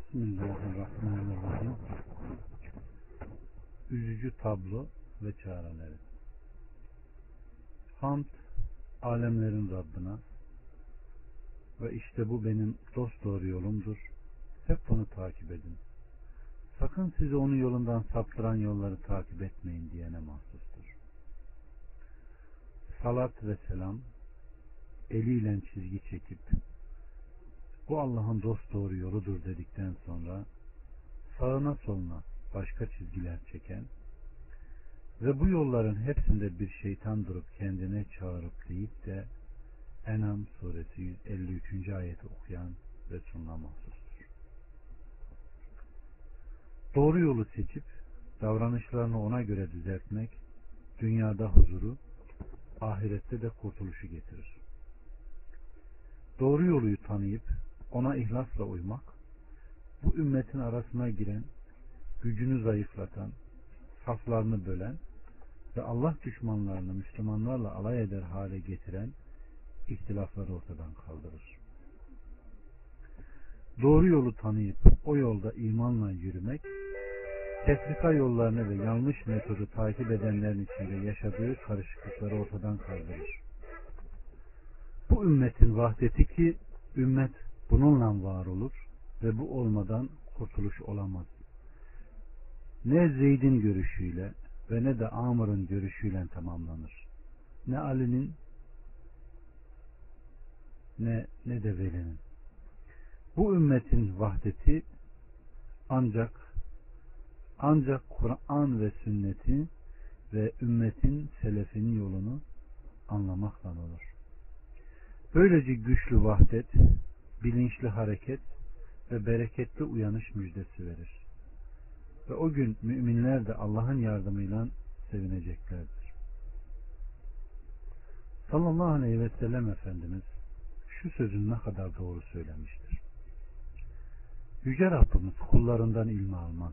Bismillahirrahmanirrahim. Üzücü tablo ve çareleri. Hamd alemlerin Rabbına ve işte bu benim dosdoğru yolumdur. Hep onu takip edin. Sakın sizi onun yolundan saptıran yolları takip etmeyin diyene mahsustur. Salat ve selam eliyle çizgi çekip bu Allah'ın dosdoğru yoludur dedikten sonra sağına soluna başka çizgiler çeken ve bu yolların hepsinde bir şeytan durup kendine çağırıp deyip de En'am suresi 153. ayeti okuyan Resulullah mahsustur. Doğru yolu seçip davranışlarını ona göre düzeltmek dünyada huzuru, ahirette de kurtuluşu getirir. Doğru yolu tanıyıp ona ihlasla uymak, bu ümmetin arasına giren, gücünü zayıflatan, saflarını bölen ve Allah düşmanlarını Müslümanlarla alay eder hale getiren ihtilafları ortadan kaldırır. Doğru yolu tanıyıp o yolda imanla yürümek, tefrika yollarını ve yanlış metodu takip edenlerin içinde yaşadığı karışıklıkları ortadan kaldırır. Bu ümmetin vahdeti ki ümmet bununla var olur ve bu olmadan kurtuluş olamaz. Ne Zeyd'in görüşüyle ve ne de Amr'ın görüşüyle tamamlanır. Ne Ali'nin ne de Veli'nin. Bu ümmetin vahdeti ancak Kur'an ve sünneti ve ümmetin selefinin yolunu anlamakla olur. Böylece güçlü vahdet, bilinçli hareket ve bereketli uyanış müjdesi verir. Ve o gün müminler de Allah'ın yardımıyla sevineceklerdir. Sallallahu aleyhi ve sellem Efendimiz şu sözün ne kadar doğru söylemiştir. Yüce Rabbimiz kullarından ilmi almaz.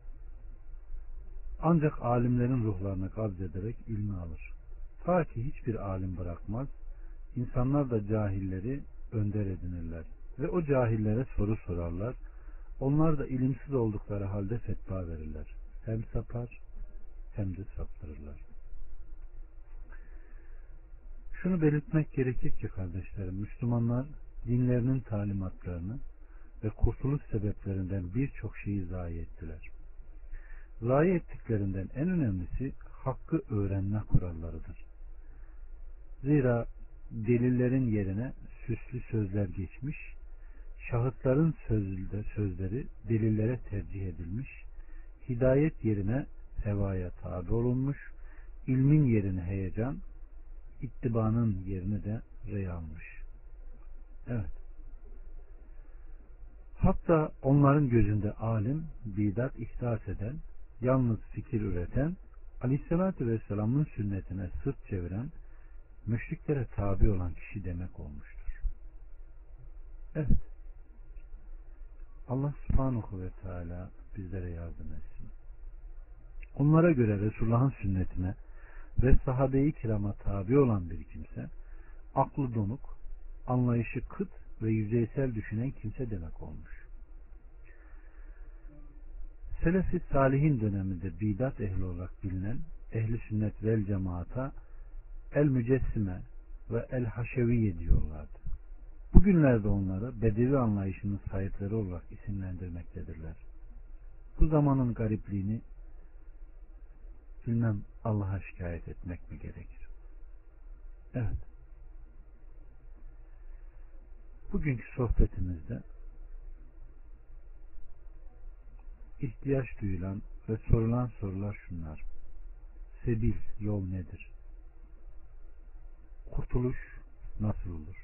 Ancak alimlerin ruhlarını kabz ederek ilmi alır. Ta ki hiçbir alim bırakmaz. İnsanlar da cahilleri önder edinirler ve o cahillere soru sorarlar. Onlar da ilimsiz oldukları halde fetva verirler. Hem sapar hem de saptırırlar. Şunu belirtmek gerekir ki kardeşlerim, Müslümanlar dinlerinin talimatlarını ve kurtuluş sebeplerinden birçok şeyi zayi ettiler. Zayi ettiklerinden en önemlisi hakkı öğrenme kurallarıdır. Zira delillerin yerine süslü sözler geçmiş, şahıtların sözleri delillere tercih edilmiş, hidayet yerine hevaya tabi olunmuş, ilmin yerine heyecan, ittibanın yerine de rey almış. Evet. Hatta onların gözünde alim, bidat ihdas eden, yalnız fikir üreten, Aleyhisselatü Vesselam'ın sünnetine sırt çeviren, müşriklere tabi olan kişi demek olmuştur. Evet. Allah subhanahu ve teala bizlere yardım etsin. Onlara göre Resulullah'ın sünnetine ve sahabe-i kirama tabi olan bir kimse, aklı donuk, anlayışı kıt ve yüzeysel düşünen kimse demek olmuş. Selefi Salihin döneminde bidat ehli olarak bilinen ehli sünnet vel cemaata el mücessime ve el haşeviye diyorlardı. Bugünlerde onları bedevi anlayışının sahipleri olarak isimlendirmektedirler. Bu zamanın garipliğini bilmem Allah'a şikayet etmek mi gerekir? Evet. Bugünkü sohbetimizde ihtiyaç duyulan ve sorulan sorular şunlar. Sebil, yol nedir? Kurtuluş nasıl olur?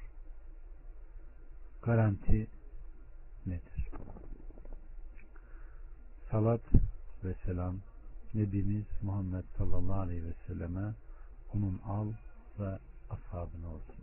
Garanti nedir? Salat ve selam Nebimiz Muhammed sallallahu aleyhi ve selleme, onun al ve ashabına olsun.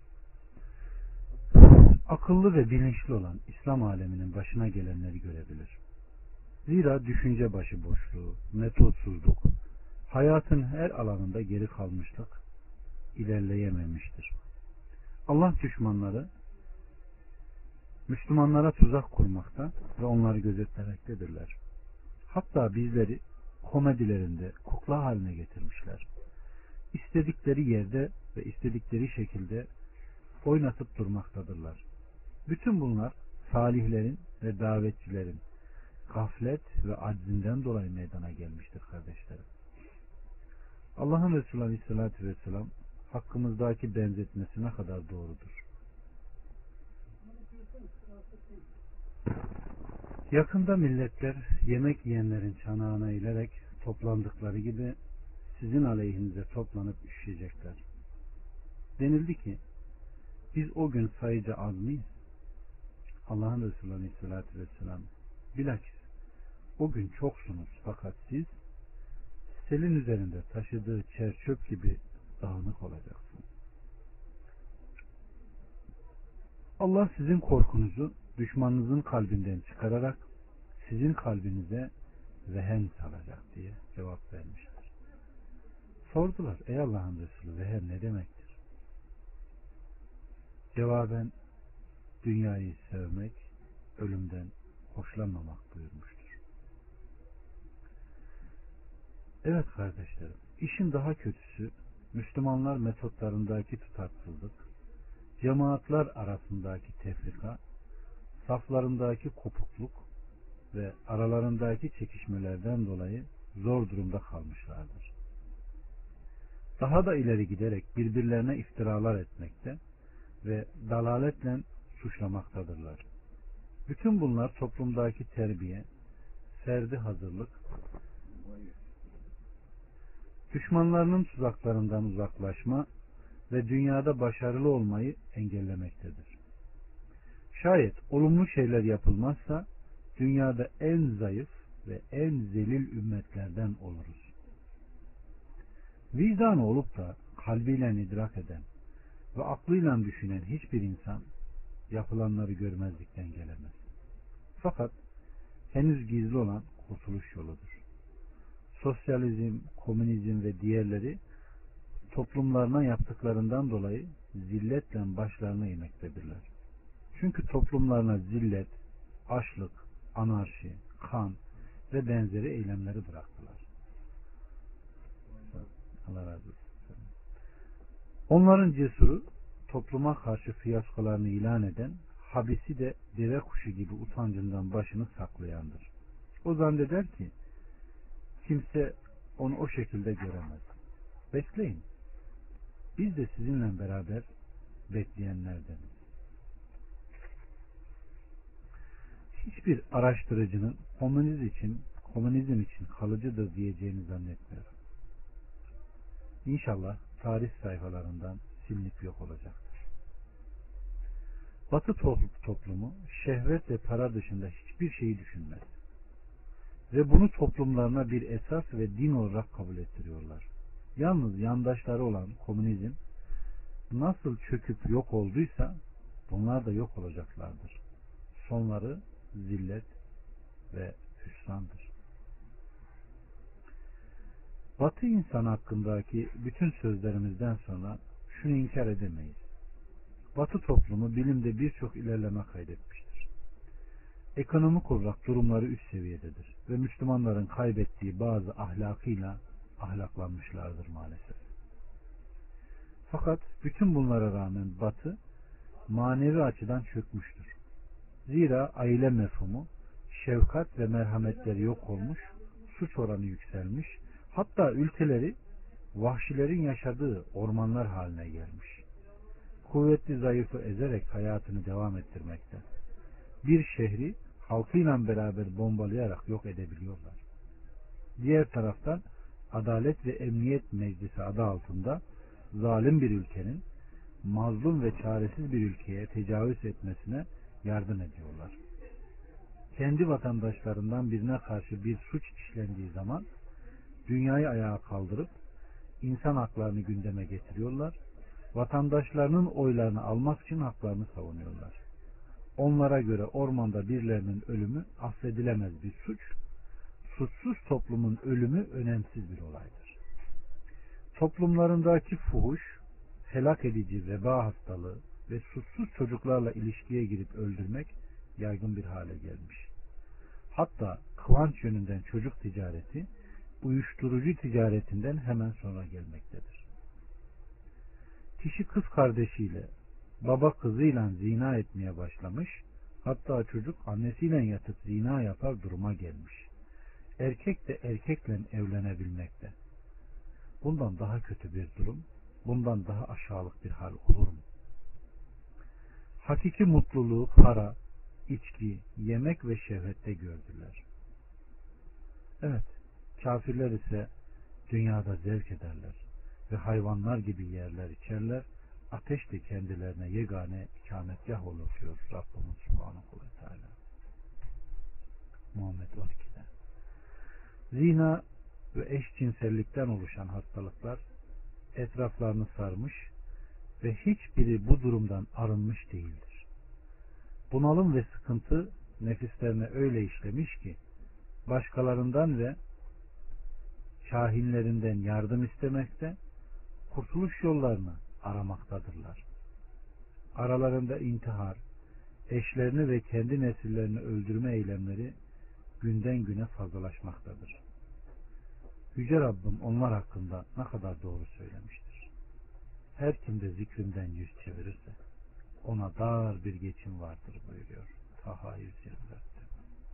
Akıllı ve bilinçli olan İslam aleminin başına gelenleri görebilir. Zira düşünce başıboşluğu, metotsuzluk, hayatın her alanında geri kalmışlık, ilerleyememiştir. Allah düşmanları Müslümanlara tuzak kurmakta ve onları gözetlemektedirler. Hatta bizleri komedilerinde kukla haline getirmişler. İstedikleri yerde ve istedikleri şekilde oynatıp durmaktadırlar. Bütün bunlar salihlerin ve davetçilerin gaflet ve aczinden dolayı meydana gelmiştir kardeşlerim. Allah'ın Resulü Aleyhisselatü Vesselam hakkımızdaki benzetmesi ne kadar doğrudur. Yakında milletler yemek yiyenlerin çanağına eğilerek toplandıkları gibi sizin aleyhinize toplanıp üşüyecekler. Denildi ki biz o gün sayıca az mıyız? Allah'ın Resulü Aleyhisselatü Vesselam bilakis o gün çoksunuz fakat siz selin üzerinde taşıdığı çer çöp gibi dağınık olacaksınız. Allah sizin korkunuzu düşmanınızın kalbinden çıkararak sizin kalbinize vehen salacak diye cevap vermişler. Sordular, ey Allah'ın Resulü, vehen ne demektir? Cevaben dünyayı sevmek, ölümden hoşlanmamak buyurmuştur. Evet kardeşlerim, işin daha kötüsü Müslümanlar metotlarındaki tutarsızlık, cemaatler arasındaki tefrika, saflarındaki kopukluk ve aralarındaki çekişmelerden dolayı zor durumda kalmışlardır. Daha da ileri giderek birbirlerine iftiralar etmekte ve dalaletle suçlamaktadırlar. Bütün bunlar toplumdaki terbiye, ferdi hazırlık, düşmanlarının tuzaklarından uzaklaşma ve dünyada başarılı olmayı engellemektedir. Şayet olumlu şeyler yapılmazsa dünyada en zayıf ve en zelil ümmetlerden oluruz. Vicdanı olup da kalbiyle idrak eden ve aklıyla düşünen hiçbir insan yapılanları görmezlikten gelemez. Fakat henüz gizli olan kurtuluş yoludur. Sosyalizm, komünizm ve diğerleri toplumlarına yaptıklarından dolayı zilletle başlarına eğmektedirler. Çünkü toplumlarına zillet, açlık, anarşi, kan ve benzeri eylemleri bıraktılar. Allah razı olsun. Onların cesuru topluma karşı fiyaskolarını ilan eden, habisi de deve kuşu gibi utancından başını saklayandır. O zanneder ki kimse onu o şekilde göremez. Bekleyin. Biz de sizinle beraber bekleyenlerdeniz. Hiçbir araştırıcının komünizm için kalıcıdır diyeceğini zannetmiyorum. İnşallah tarih sayfalarından silinip yok olacaktır. Batı toplumu şehvet ve para dışında hiçbir şeyi düşünmez. Ve bunu toplumlarına bir esas ve din olarak kabul ettiriyorlar. Yalnız yandaşları olan komünizm nasıl çöküp yok olduysa bunlar da yok olacaklardır. Sonları zillet ve hüsrandır. Batı insan hakkındaki bütün sözlerimizden sonra şunu inkar edemeyiz. Batı toplumu bilimde birçok ilerleme kaydetmiştir. Ekonomik olarak durumları üst seviyededir ve Müslümanların kaybettiği bazı ahlakıyla ahlaklanmışlardır maalesef. Fakat bütün bunlara rağmen Batı manevi açıdan çökmüştür. Zira aile mefhumu, şefkat ve merhametleri yok olmuş, suç oranı yükselmiş, hatta ülkeleri vahşilerin yaşadığı ormanlar haline gelmiş. Kuvvetli zayıfı ezerek hayatını devam ettirmekte. Bir şehri halkıyla beraber bombalayarak yok edebiliyorlar. Diğer taraftan Adalet ve Emniyet Meclisi adı altında zalim bir ülkenin mazlum ve çaresiz bir ülkeye tecavüz etmesine yardım ediyorlar. Kendi vatandaşlarından birine karşı bir suç işlendiği zaman dünyayı ayağa kaldırıp insan haklarını gündeme getiriyorlar. Vatandaşlarının oylarını almak için haklarını savunuyorlar. Onlara göre ormanda birilerinin ölümü affedilemez bir suç, suçsuz toplumun ölümü önemsiz bir olaydır. Toplumlarındaki fuhuş, helak edici veba hastalığı ve suçsuz çocuklarla ilişkiye girip öldürmek yaygın bir hale gelmiş. Hatta kıvanç yönünden çocuk ticareti uyuşturucu ticaretinden hemen sonra gelmektedir. Kişi kız kardeşiyle, baba kızıyla zina etmeye başlamış, hatta çocuk annesiyle yatıp zina yapar duruma gelmiş. Erkek de erkekle evlenebilmekte. Bundan daha kötü bir durum, bundan daha aşağılık bir hal olur mu? Hakiki mutluluğu para, içki, yemek ve şehvette gördüler. Evet, kafirler ise dünyada zevk ederler ve hayvanlar gibi yerler içerler, ateş de kendilerine yegane ikametgah olur diyor Rabbimiz Subhanahu ve Teala. Muhammed 12'de. Zina ve eşcinsellikten oluşan hastalıklar etraflarını sarmış ve hiçbiri bu durumdan arınmış değildir. Bunalım ve sıkıntı nefislerine öyle işlemiş ki başkalarından ve kahinlerinden yardım istemekte, kurtuluş yollarını aramaktadırlar. Aralarında intihar, eşlerini ve kendi nesillerini öldürme eylemleri günden güne fazlalaşmaktadır. Yüce Rabbim onlar hakkında ne kadar doğru söylemiştir. Her kim de zikrimden yüz çevirirse ona dar bir geçim vardır buyuruyor. Taha 124'te.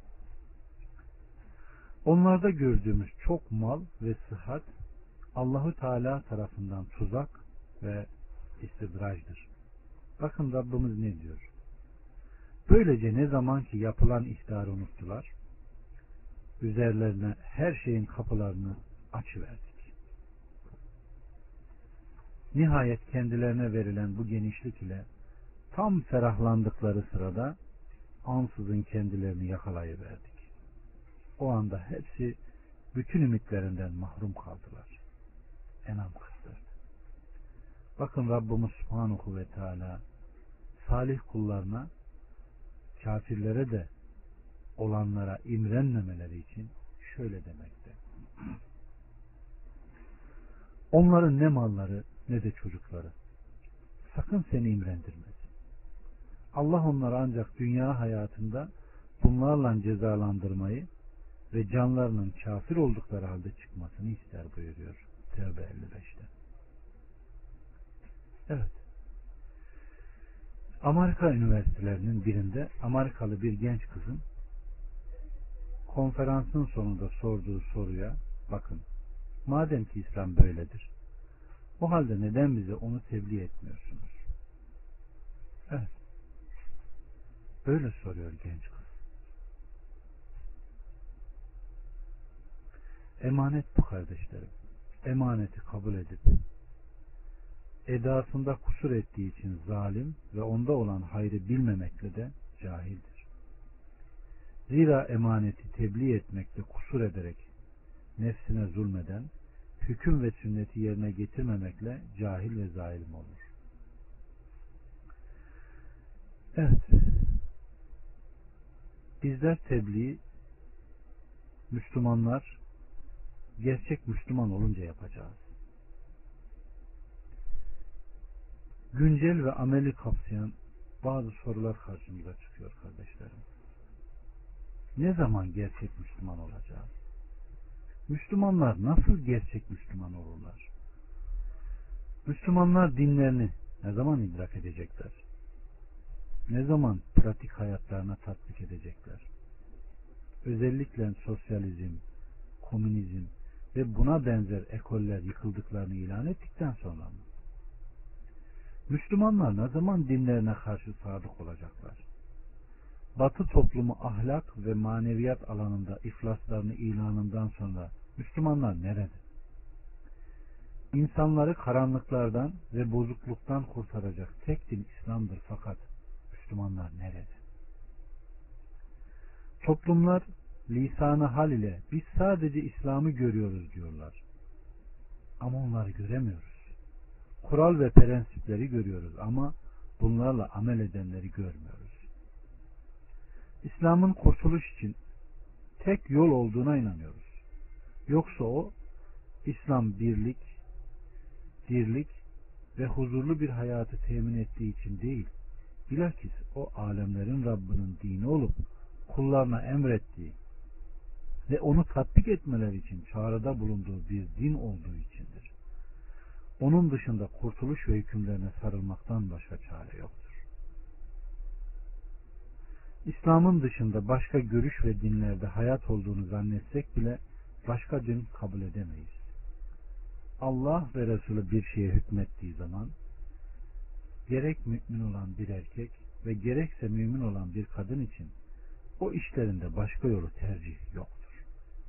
Onlarda gördüğümüz çok mal ve sıhhat Allahu Teala tarafından tuzak ve istidracdır. Bakın Rabbimiz ne diyor? Böylece ne zaman ki yapılan ihtarı unuttular, üzerlerine her şeyin kapılarını açıverdik. Nihayet kendilerine verilen bu genişlik ile tam ferahlandıkları sırada ansızın kendilerini yakalayıverdik. O anda hepsi bütün ümitlerinden mahrum kaldılar. Enam 44. Bakın Rabbimiz Subhanahu ve Teala salih kullarına, kafirlere de olanlara imrenmemeleri için şöyle demekte. Onların ne malları ne de çocukları sakın seni imrendirmez. Allah onları ancak dünya hayatında bunlarla cezalandırmayı ve canlarının kafir oldukları halde çıkmasını ister buyuruyor Tevbe 55'te. Evet. Amerika üniversitelerinin birinde Amerikalı bir genç kızın konferansın sonunda sorduğu soruya bakın, madem ki İslam böyledir, o halde neden bize onu tebliğ etmiyorsunuz? Evet. Böyle soruyor genç kız. Emanet bu kardeşlerim. Emaneti kabul edip edasında kusur ettiği için zalim ve onda olan hayrı bilmemekle de cahildir. Zira emaneti tebliğ etmekte kusur ederek nefsine zulmeden, hüküm ve sünneti yerine getirmemekle cahil ve zalim olur. Evet. Bizler tebliği Müslümanlar gerçek Müslüman olunca yapacağız. Güncel ve ameli kapsayan bazı sorular karşımıza çıkıyor kardeşlerim. Ne zaman gerçek Müslüman olacağız? Müslümanlar nasıl gerçek Müslüman olurlar? Müslümanlar dinlerini ne zaman idrak edecekler? Ne zaman pratik hayatlarına tatbik edecekler? Özellikle sosyalizm, komünizm ve buna benzer ekoller yıkıldıklarını ilan ettikten sonra mı? Müslümanlar ne zaman dinlerine karşı sadık olacaklar? Batı toplumu ahlak ve maneviyat alanında iflaslarını ilanından sonra Müslümanlar nerede? İnsanları karanlıklardan ve bozukluktan kurtaracak tek din İslam'dır, fakat Müslümanlar nerede? Toplumlar lisan-ı hal ile biz sadece İslam'ı görüyoruz diyorlar. Ama onları göremiyoruz. Kural ve prensipleri görüyoruz ama bunlarla amel edenleri görmüyoruz. İslam'ın kurtuluş için tek yol olduğuna inanıyoruz. Yoksa o, İslam birlik, dirlik ve huzurlu bir hayatı temin ettiği için değil, Bilakis o alemlerin Rabbinin dini olup kullarına emrettiği ve onu tatbik etmeleri için çağrıda bulunduğu bir din olduğu içindir. Onun dışında kurtuluş ve hükümlerine sarılmaktan başka çare yoktur. İslam'ın dışında başka görüş ve dinlerde hayat olduğunu zannetsek bile başka din kabul edemeyiz. Allah ve Resulü bir şeye hükmettiği zaman gerek mümin olan bir erkek ve gerekse mümin olan bir kadın için o işlerinde başka yolu tercih yoktur.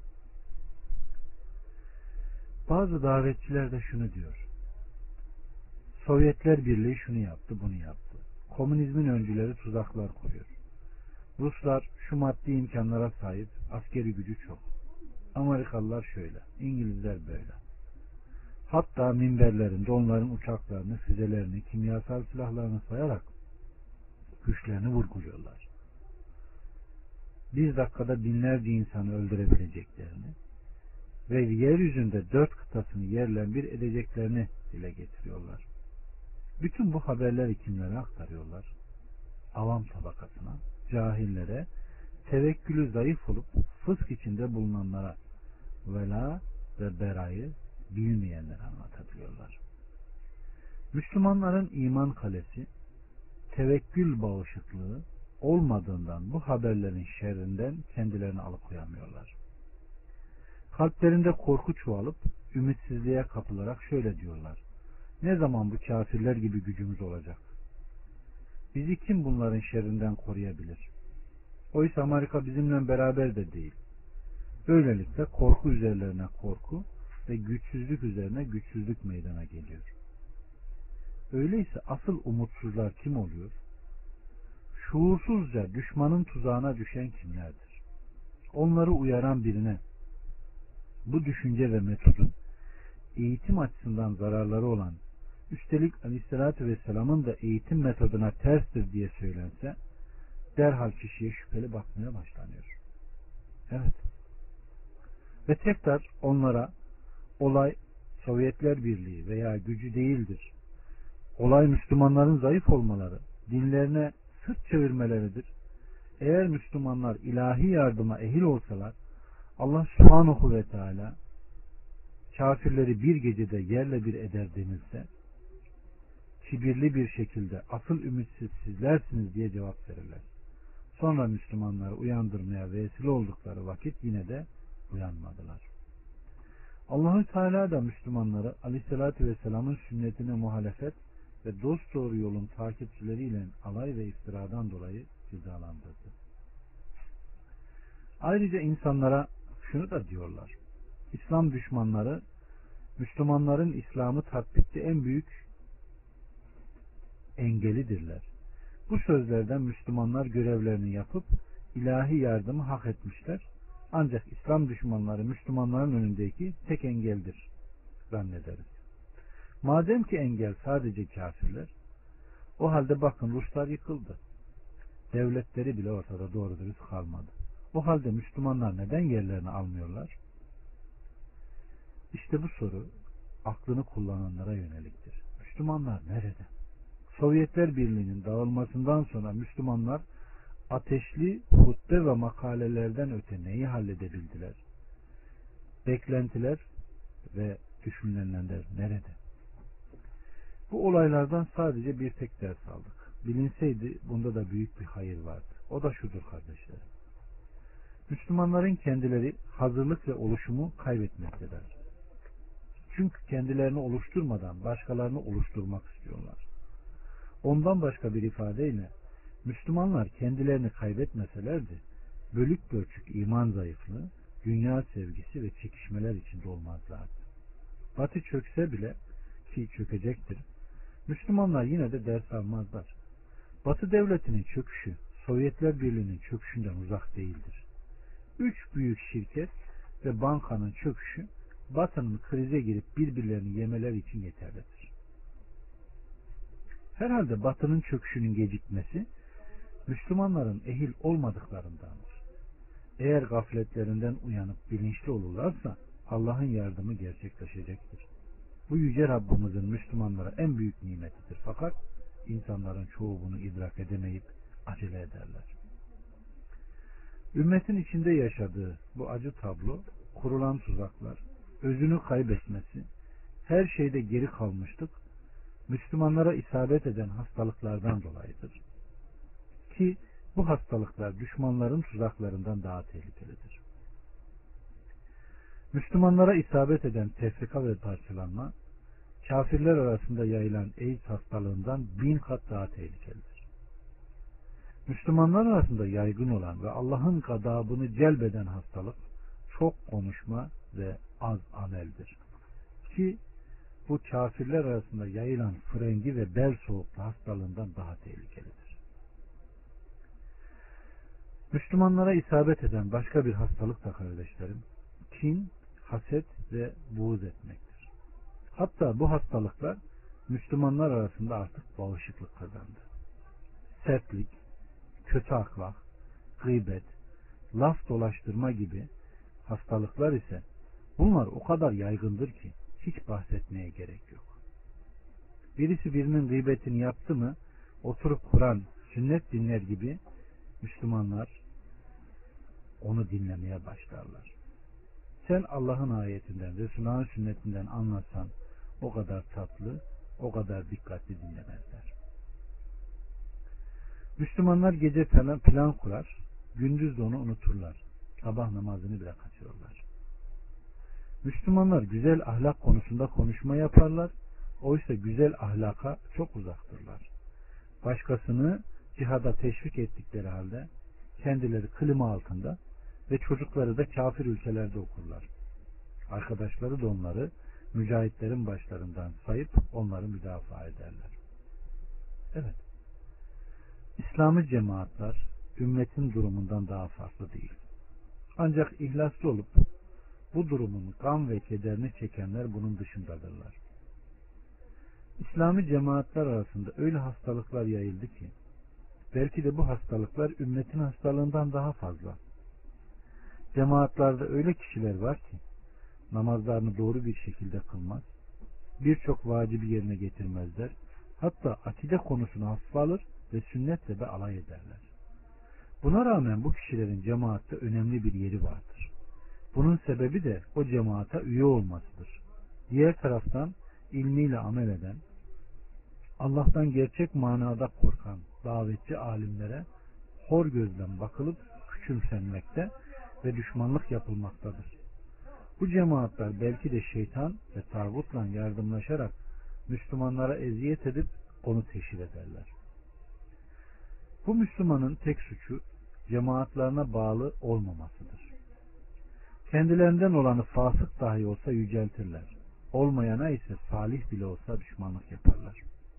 Bazı davetçiler de şunu diyor: Sovyetler Birliği şunu yaptı, bunu yaptı. Komünizmin öncüleri tuzaklar kuruyor. Ruslar şu maddi imkanlara sahip, askeri gücü çok. Amerikalılar şöyle, İngilizler böyle. Hatta minberlerinde onların uçaklarını, füzelerini, kimyasal silahlarını sayarak güçlerini vurguluyorlar. Bir dakikada binlerce insanı öldürebileceklerini ve yeryüzünde 4 kıtasını yerle bir edeceklerini dile getiriyorlar. Bütün bu haberleri kimlere aktarıyorlar? Avam tabakasına, cahillere, tevekkülü zayıf olup fısk içinde bulunanlara, vela ve berayı bilmeyenlere anlatabiliyorlar. Müslümanların iman kalesi, tevekkül bağışıklığı olmadığından bu haberlerin şerrinden kendilerini alıkoyamıyorlar. Kalplerinde korku çoğalıp ümitsizliğe kapılarak şöyle diyorlar: ne zaman bu kafirler gibi gücümüz olacak? Bizi kim bunların şerrinden koruyabilir? Oysa Amerika bizimle beraber de değil. Böylelikle korku üzerlerine korku ve güçsüzlük üzerine güçsüzlük meydana geliyor. Öyleyse asıl umutsuzlar kim oluyor? Şuursuzca düşmanın tuzağına düşen kimlerdir? Onları uyaran birine bu düşünce ve metodun eğitim açısından zararları olan, üstelik Aleyhisselatü Vesselam'ın da eğitim metoduna terstir diye söylense, derhal kişiye şüpheli bakmaya başlanıyor. Evet. Ve tekrar onlara olay Sovyetler Birliği veya gücü değildir. Olay Müslümanların zayıf olmaları, dinlerine sırt çevirmeleridir. Eğer Müslümanlar ilahi yardıma ehil olsalar, Allah Subhanahu ve Teala kafirleri bir gecede yerle bir eder denilse, kibirli bir şekilde asıl ümitsiz sizlersiniz diye cevap verirler. Sonra Müslümanları uyandırmaya vesile oldukları vakit yine de uyanmadılar. Allah-u Teala da Müslümanları Aleyhisselatü Vesselam'ın sünnetine muhalefet ve dosdoğru yolun takipçileriyle alay ve iftiradan dolayı cezalandırdı. Ayrıca insanlara şunu da diyorlar: İslam düşmanları Müslümanların İslam'ı tatbikte en büyük engelidirler. Bu sözlerden Müslümanlar görevlerini yapıp ilahi yardımı hak etmişler. Ancak İslam düşmanları Müslümanların önündeki tek engeldir zannederiz. Madem ki engel sadece kafirler, o halde bakın Ruslar yıkıldı. Devletleri bile ortada doğru dürüst kalmadı. O halde Müslümanlar neden yerlerini almıyorlar? İşte bu soru aklını kullananlara yöneliktir. Müslümanlar nerede? Sovyetler Birliği'nin dağılmasından sonra Müslümanlar ateşli hutbe ve makalelerden öte neyi halledebildiler? Beklentiler ve düşünülenler nerede? Bu olaylardan sadece bir tek ders aldık. Bilinseydi bunda da büyük bir hayır vardı. O da şudur kardeşlerim: Müslümanların kendileri hazırlık ve oluşumu kaybetmektedir. Çünkü kendilerini oluşturmadan başkalarını oluşturmak istiyorlar. Ondan başka bir ifadeyle Müslümanlar kendilerini kaybetmeselerdi bölük bölçük iman zayıflığı, dünya sevgisi ve çekişmeler içinde olmazlardı. Batı çökse bile, ki çökecektir, Müslümanlar yine de ders almazlar. Batı devletinin çöküşü Sovyetler Birliği'nin çöküşünden uzak değildir. 3 büyük şirket ve bankanın çöküşü Batı'nın krize girip birbirlerini yemeleri için yeterlidir. Herhalde Batı'nın çöküşünün gecikmesi Müslümanların ehil olmadıklarındandır. Eğer gafletlerinden uyanıp bilinçli olurlarsa Allah'ın yardımı gerçekleşecektir. Bu yüce Rabbimizin Müslümanlara en büyük nimetidir. Fakat insanların çoğu bunu idrak edemeyip acele ederler. Ümmetin içinde yaşadığı bu acı tablo, kurulan tuzaklar, özünü kaybetmesi, her şeyde geri kalmışlık, Müslümanlara isabet eden hastalıklardan dolayıdır. Ki bu hastalıklar düşmanların tuzaklarından daha tehlikelidir. Müslümanlara isabet eden tefrika ve parçalanma, kafirler arasında yayılan AIDS hastalığından 1000 kat daha tehlikelidir. Müslümanlar arasında yaygın olan ve Allah'ın gadabını celbeden hastalık, çok konuşma ve az ameldir. Ki bu kafirler arasında yayılan frengi ve bel soğukluğu hastalığından daha tehlikelidir. Müslümanlara isabet eden başka bir hastalık da kardeşlerim, kin, haset ve buğz etmektir. Hatta bu hastalıklar Müslümanlar arasında artık bağışıklık kazandı. Sertlik, kötü ahlak, gıybet, laf dolaştırma gibi hastalıklar ise bunlar o kadar yaygındır ki hiç bahsetmeye gerek yok. Birisi birinin gıybetini yaptı mı oturup Kur'an, sünnet dinler gibi Müslümanlar onu dinlemeye başlarlar. Sen Allah'ın ayetinden, Resulullah'ın sünnetinden anlatsan o kadar tatlı, o kadar dikkatli dinlemezler. Müslümanlar gece plan kurar, gündüz de onu unuturlar. Sabah namazını bile kaçırırlar. Müslümanlar güzel ahlak konusunda konuşma yaparlar, oysa güzel ahlaka çok uzaktırlar. Başkasını cihada teşvik ettikleri halde kendileri klima altında ve çocukları da kafir ülkelerde okurlar. Arkadaşları da onları mücahitlerin başlarından sayıp onları müdafaa ederler. Evet, İslami cemaatler ümmetin durumundan daha farklı değil. Ancak ihlaslı olup bu durumun gam ve kederini çekenler bunun dışındadırlar. İslami cemaatler arasında öyle hastalıklar yayıldı ki belki de bu hastalıklar ümmetin hastalığından daha fazla. Cemaatlerde öyle kişiler var ki namazlarını doğru bir şekilde kılmaz, birçok vacibi yerine getirmezler, hatta akide konusunu hafife alır ve sünnetle de alay ederler. Buna rağmen bu kişilerin cemaatte önemli bir yeri vardır. Bunun sebebi de o cemaata üye olmasıdır. Diğer taraftan ilmiyle amel eden, Allah'tan gerçek manada korkan davetçi alimlere hor gözden bakılıp küçümsenmekte ve düşmanlık yapılmaktadır. Bu cemaatler belki de şeytan ve tağutla yardımlaşarak Müslümanlara eziyet edip onu teşhir ederler. Bu Müslümanın tek suçu cemaatlerine bağlı olmamasıdır. Kendilerinden olanı fasık dahi olsa yüceltirler. Olmayana ise salih bile olsa düşmanlık yaparlar.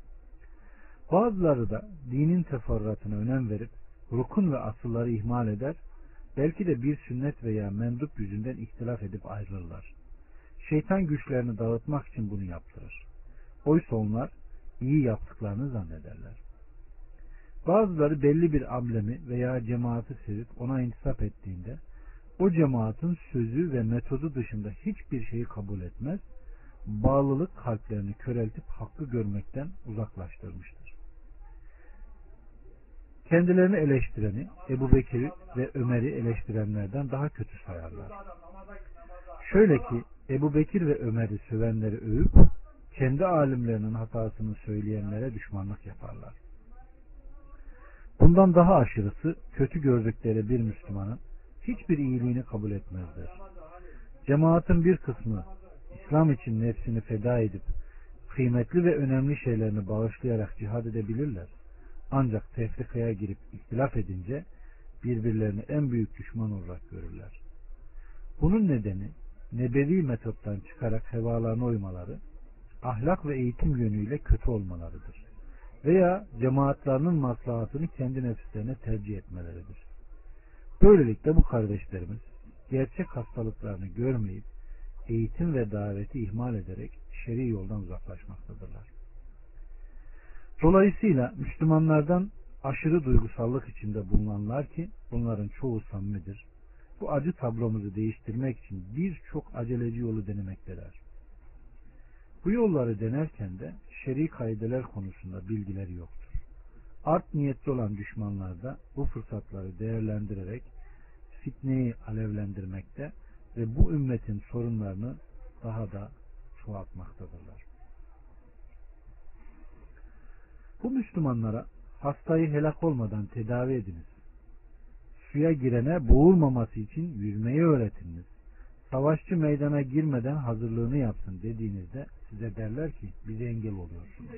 Bazıları da dinin teferruatına önem verip rukun ve asılları ihmal eder, belki de bir sünnet veya mendup yüzünden ihtilaf edip ayrılırlar. Şeytan güçlerini dağıtmak için bunu yaptırır. Oysa onlar iyi yaptıklarını zannederler. Bazıları belli bir amblemi veya cemaati sevip ona intisap ettiğinde o cemaatin sözü ve metodu dışında hiçbir şeyi kabul etmez, bağlılık kalplerini köreltip hakkı görmekten uzaklaştırmıştır. Kendilerini eleştireni Ebu Bekir'i ve Ömer'i eleştirenlerden daha kötü sayarlar. Şöyle ki Ebu Bekir ve Ömer'i sövenleri övüp kendi alimlerinin hatasını söyleyenlere düşmanlık yaparlar. Bundan daha aşırısı kötü gördükleri bir Müslümanın hiçbir iyiliğini kabul etmezler. Cemaatin bir kısmı İslam için nefsini feda edip kıymetli ve önemli şeylerini bağışlayarak cihad edebilirler. Ancak tefrikaya girip ihtilaf edince birbirlerini en büyük düşman olarak görürler. Bunun nedeni nebevi metottan çıkarak hevalarına uymaları, ahlak ve eğitim yönüyle kötü olmalarıdır. Veya cemaatlerinin maslahatını kendi nefislerine tercih etmeleridir. Böylelikle bu kardeşlerimiz gerçek hastalıklarını görmeyip eğitim ve daveti ihmal ederek şer'i yoldan uzaklaşmaktadırlar. Dolayısıyla Müslümanlardan aşırı duygusallık içinde bulunanlar ki bunların çoğu samimidir. Bu acı tablomuzu değiştirmek için birçok aceleci yolu denemektedir. Bu yolları denerken de şer'i kaideler konusunda bilgileri yoktur. Art niyetli olan düşmanlar da bu fırsatları değerlendirerek fitneyi alevlendirmekte ve bu ümmetin sorunlarını daha da çoğaltmaktadırlar. Bu Müslümanlara hastayı helak olmadan tedavi ediniz. Suya girene boğulmaması için yüzmeyi öğretiniz. Savaşçı meydana girmeden hazırlığını yapsın dediğinizde size derler ki bize engel oluyorsunuz.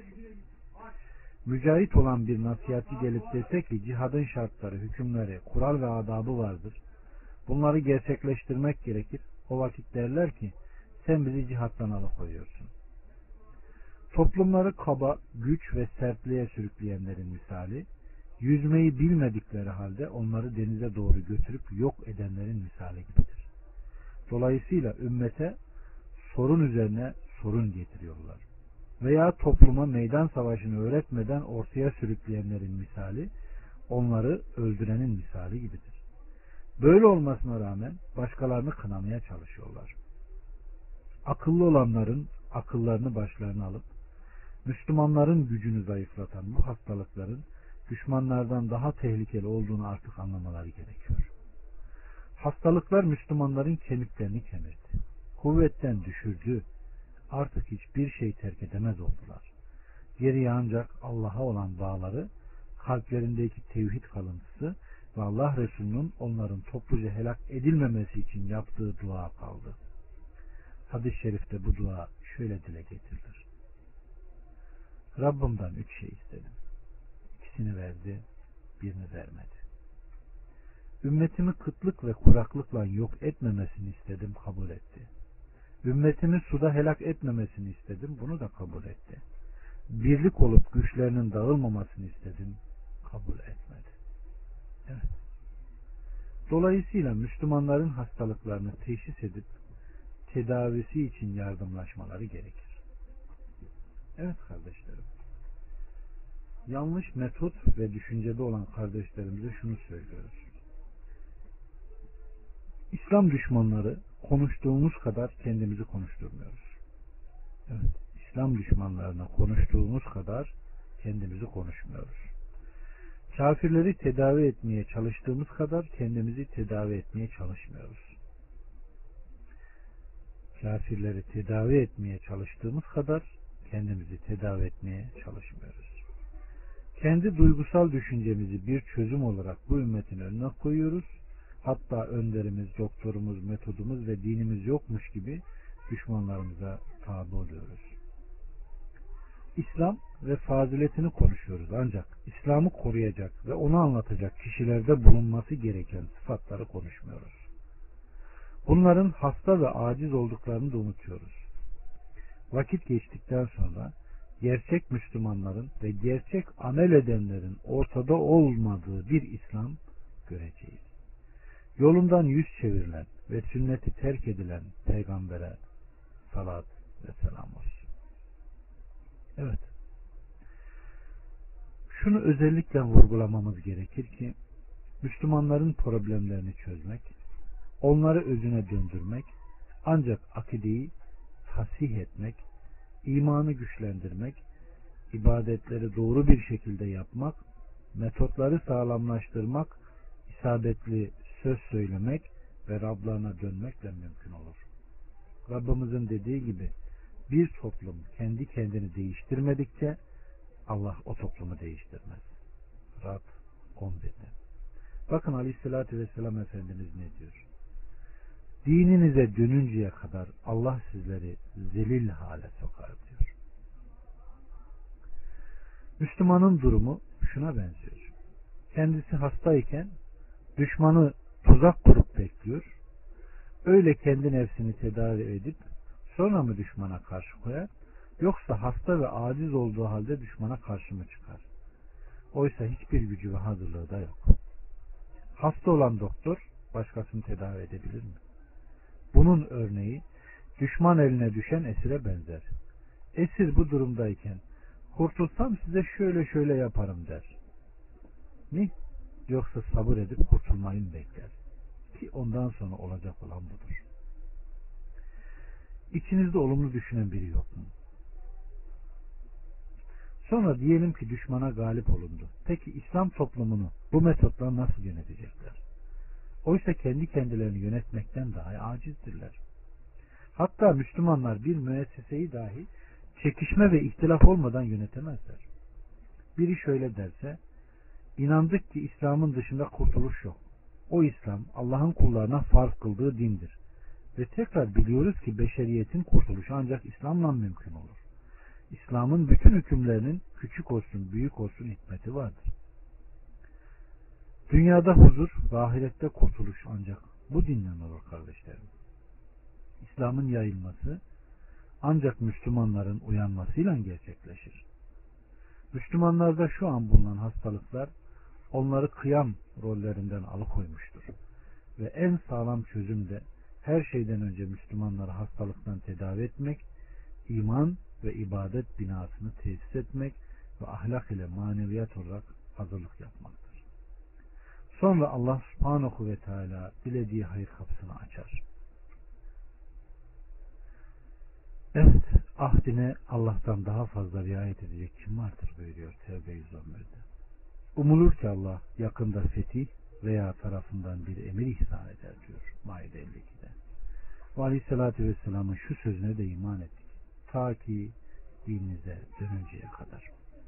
Mücahit olan bir nasihatçi gelip dese ki cihadın şartları, hükümleri, kural ve adabı vardır. Bunları gerçekleştirmek gerekir. O vakit derler ki sen bizi cihattan alıkoyuyorsun. Toplumları kaba, güç ve sertliğe sürükleyenlerin misali, yüzmeyi bilmedikleri halde onları denize doğru götürüp yok edenlerin misali gibidir. Dolayısıyla ümmete sorun üzerine sorun getiriyorlar. Veya topluma meydan savaşını öğretmeden ortaya sürükleyenlerin misali, onları öldürenin misali gibidir. Böyle olmasına rağmen başkalarını kınamaya çalışıyorlar. Akıllı olanların akıllarını başlarına alıp, Müslümanların gücünü zayıflatan bu hastalıkların düşmanlardan daha tehlikeli olduğunu artık anlamaları gerekiyor. Hastalıklar Müslümanların kemiklerini kemirdi. Kuvvetten düşürdü. Artık hiçbir şey terk edemez oldular. Geriye ancak Allah'a olan bağları, kalplerindeki tevhid kalıntısı ve Allah Resulü'nün onların topluca helak edilmemesi için yaptığı dua kaldı. Hadis-i şerifte bu dua şöyle dile getirilir. Rabbimden 3 şey istedim. İkisini verdi, birini vermedi. Ümmetimi kıtlık ve kuraklıkla yok etmemesini istedim, kabul etti. Ümmetimi suda helak etmemesini istedim, bunu da kabul etti. Birlik olup güçlerinin dağılmamasını istedim, kabul etmedi. Evet. Dolayısıyla Müslümanların hastalıklarını teşhis edip tedavisi için yardımlaşmaları gerekir. Evet kardeşlerim. Yanlış metot ve düşüncede olan kardeşlerimize şunu söylüyoruz. İslam düşmanları konuştuğumuz kadar kendimizi konuşturmuyoruz. Evet, İslam düşmanlarına konuştuğumuz kadar kendimizi konuşmuyoruz. Kafirleri tedavi etmeye çalıştığımız kadar kendimizi tedavi etmeye çalışmıyoruz. Kafirleri tedavi etmeye çalıştığımız kadar kendimizi tedavi etmeye çalışmıyoruz. Kendi duygusal düşüncemizi bir çözüm olarak bu ümmetin önüne koyuyoruz. Hatta önderimiz, doktorumuz, metodumuz ve dinimiz yokmuş gibi düşmanlarımıza tabi oluyoruz. İslam ve faziletini konuşuyoruz ancak İslam'ı koruyacak ve onu anlatacak kişilerde bulunması gereken sıfatları konuşmuyoruz. Bunların hasta ve aciz olduklarını da unutuyoruz. Vakit geçtikten sonra gerçek Müslümanların ve gerçek amel edenlerin ortada olmadığı bir İslam göreceğiz. Yolundan yüz çevirilen ve sünneti terk edilen peygambere salat ve selam olsun. Evet. Şunu özellikle vurgulamamız gerekir ki Müslümanların problemlerini çözmek, onları özüne döndürmek, ancak akideyi tasih etmek, imanı güçlendirmek, ibadetleri doğru bir şekilde yapmak, metotları sağlamlaştırmak, isabetli söz söylemek ve Rablarına dönmekle mümkün olur. Rabbimizin dediği gibi bir toplum kendi kendini değiştirmedikçe Allah o toplumu değiştirmez. Rad 11'de. Bakın Aleyhisselatü Vesselam Efendimiz ne diyor? Dininize dönünceye kadar Allah sizleri zelil hale sokar diyor. Müslümanın durumu şuna benziyor. Kendisi hastayken düşmanı tuzak kurup bekliyor. Öyle kendi nefsini tedavi edip sonra mı düşmana karşı koyar? Yoksa hasta ve aciz olduğu halde düşmana karşı mı çıkar? Oysa hiçbir gücü ve hazırlığı da yok. Hasta olan doktor başkasını tedavi edebilir mi? Bunun örneği düşman eline düşen esire benzer. Esir bu durumdayken kurtulsam size şöyle şöyle yaparım der. Mi? Yoksa sabır edip kurtulmayı mı bekler? Ki ondan sonra olacak olan budur. İçinizde olumlu düşünen biri yok mu? Sonra diyelim ki düşmana galip olundu. Peki İslam toplumunu bu metotla nasıl yönetecekler? Oysa kendi kendilerini yönetmekten daha acizdirler. Hatta Müslümanlar bir müesseseyi dahi çekişme ve ihtilaf olmadan yönetemezler. Biri şöyle derse, inandık ki İslam'ın dışında kurtuluş yok. O İslam Allah'ın kullarına farz kıldığı dindir. Ve tekrar biliyoruz ki beşeriyetin kurtuluşu ancak İslam'la mümkün olur. İslam'ın bütün hükümlerinin küçük olsun büyük olsun hikmeti vardır. Dünyada huzur ve ahirette kurtuluş ancak bu dinle olur kardeşlerim. İslam'ın yayılması ancak Müslümanların uyanmasıyla gerçekleşir. Müslümanlarda şu an bulunan hastalıklar onları kıyam rollerinden alıkoymuştur. Ve en sağlam çözüm de her şeyden önce Müslümanları hastalıktan tedavi etmek, iman ve ibadet binasını tesis etmek ve ahlak ile maneviyat olarak hazırlık yapmaktır. Sonra Allah Subhanahu ve Teala dilediği hayır kapısını açar. Evet, ahdine Allah'tan daha fazla riayet edecek kim vardır buyuruyor Tevbe 111'de. Umulur ki Allah yakında fetih veya tarafından bir emir ihsan eder diyor Maide 52'de. Ve Aleyhisselatü Vesselam'ın şu sözüne de iman ettik. Ta ki dininize dönünceye kadar.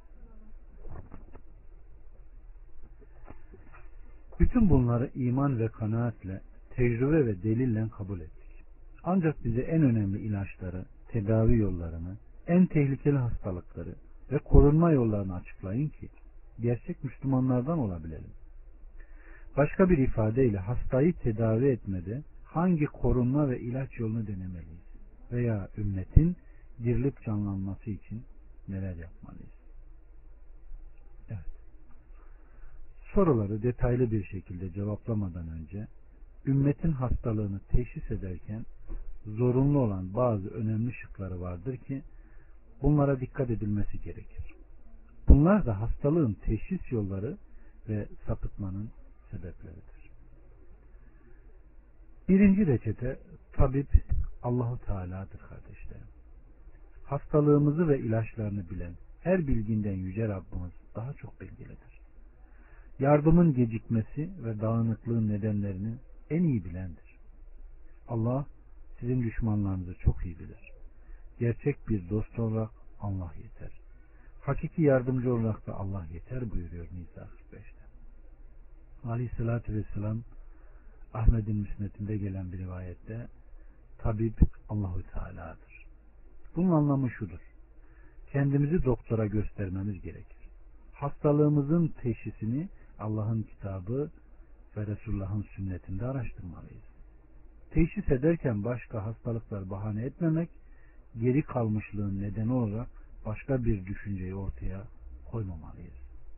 Bütün bunları iman ve kanaatle, tecrübe ve delille kabul ettik. Ancak bize en önemli ilaçları, tedavi yollarını, en tehlikeli hastalıkları ve korunma yollarını açıklayın ki gerçek Müslümanlardan olabilelim. Başka bir ifadeyle hastayı tedavi etmede hangi korunma ve ilaç yolunu denemeliyiz veya ümmetin dirilip canlanması için neler yapmalıyız? Evet. Soruları detaylı bir şekilde cevaplamadan önce ümmetin hastalığını teşhis ederken zorunlu olan bazı önemli şıkları vardır ki bunlara dikkat edilmesi gerekir. Bunlar da hastalığın teşhis yolları ve sapıtmanın sebepleridir. Birinci reçete tabip Allahu Teala'dır kardeşlerim. Hastalığımızı ve ilaçlarını bilen her bilginden yüce Rabbimiz daha çok bilgilidir. Yardımın gecikmesi ve dağınıklığın nedenlerini en iyi bilendir. Allah sizin düşmanlarınızı çok iyi bilir. Gerçek bir dost olarak Allah yeter. Hakiki yardımcı olarak da Allah yeter buyuruyor Nisa 45'te. Aleyhissalatü vesselam Ahmet'in müsnedinde gelen bir rivayette tabip Allahu Teala'dır. Bunun anlamı şudur. Kendimizi doktora göstermemiz gerekir. Hastalığımızın teşhisini Allah'ın kitabı ve Resulullah'ın sünnetinde araştırmalıyız. Teşhis ederken başka hastalıklar bahane etmemek, geri kalmışlığın nedeni olarak başka bir düşünceyi ortaya koymamalıyız.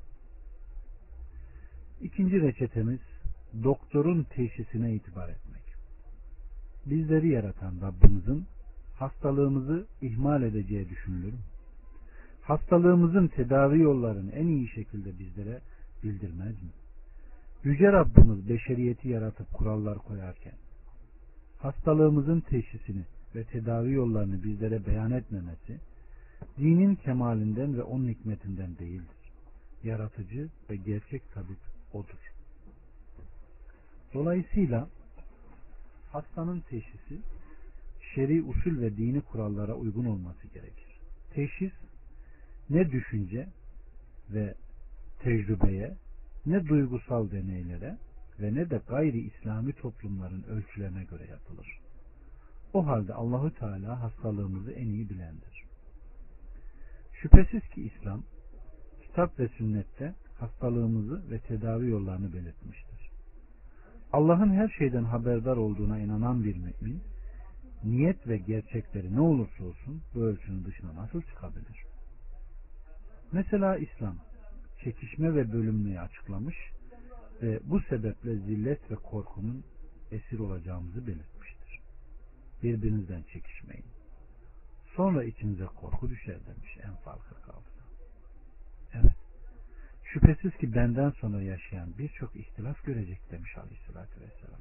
İkinci reçetemiz doktorun teşhisine itibar etmek. Bizleri yaratan Rabbimizin hastalığımızı ihmal edeceği düşünülür mü? Hastalığımızın tedavi yollarını en iyi şekilde bizlere bildirmez mi? Yüce Rabbimiz beşeriyeti yaratıp kurallar koyarken hastalığımızın teşhisini ve tedavi yollarını bizlere beyan etmemesi dinin kemalinden ve onun hikmetinden değildir. Yaratıcı ve gerçek tabip odur. Dolayısıyla hastanın teşhisi şer'i usul ve dini kurallara uygun olması gerekir. Teşhis ne düşünce ve tecrübeye, ne duygusal deneylere ve ne de gayri İslami toplumların ölçülerine göre yapılır. O halde Allahu Teala hastalığımızı en iyi bilendir. Şüphesiz ki İslam, kitap ve sünnette hastalığımızı ve tedavi yollarını belirtmiştir. Allah'ın her şeyden haberdar olduğuna inanan bir mümin, niyet ve gerçekleri ne olursa olsun bu ölçünün dışına nasıl çıkabilir? Mesela İslam, çekişme ve bölünmeyi açıklamış ve bu sebeple zillet ve korkunun esir olacağımızı belirtmiştir. Birbirinizden çekişmeyin. Sonra içinize korku düşer demiş Enfal 46'da. Evet. Şüphesiz ki benden sonra yaşayan birçok ihtilaf görecek demiş Aleyhisselatü Vesselam.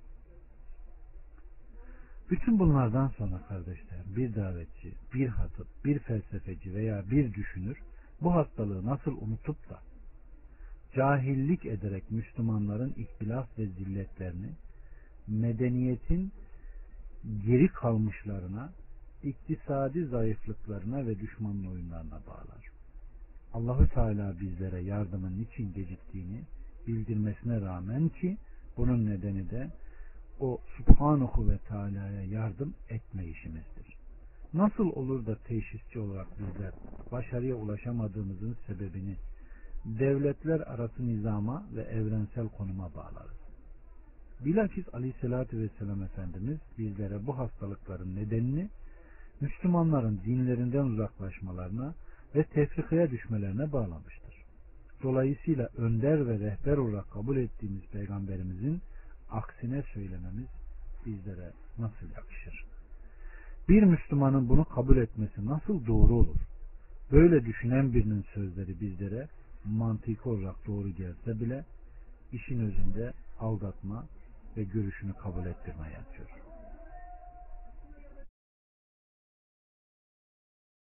Bütün bunlardan sonra kardeşler bir davetçi, bir hatip, bir felsefeci veya bir düşünür bu hastalığı nasıl unutup da cahillik ederek Müslümanların ihtilaf ve zilletlerini medeniyetin geri kalmışlarına, iktisadi zayıflıklarına ve düşmanın oyunlarına bağlar. Allahü Teala bizlere yardımın niçin geciktiğini bildirmesine rağmen ki bunun nedeni de o Subhanahu ve Teala'ya yardım etme işimizdir. Nasıl olur da teşhisçi olarak bizler başarıya ulaşamadığımızın sebebini devletler arası nizama ve evrensel konuma bağlarız. Bilakis Aleyhisselatü Vesselam Efendimiz bizlere bu hastalıkların nedenini Müslümanların dinlerinden uzaklaşmalarına ve tefrikaya düşmelerine bağlamıştır. Dolayısıyla önder ve rehber olarak kabul ettiğimiz Peygamberimizin aksine söylememiz bizlere nasıl yakışır? Bir Müslümanın bunu kabul etmesi nasıl doğru olur? Böyle düşünen birinin sözleri bizlere mantıki olarak doğru gelse bile işin özünde aldatma ve görüşünü kabul ettirme yatıyor.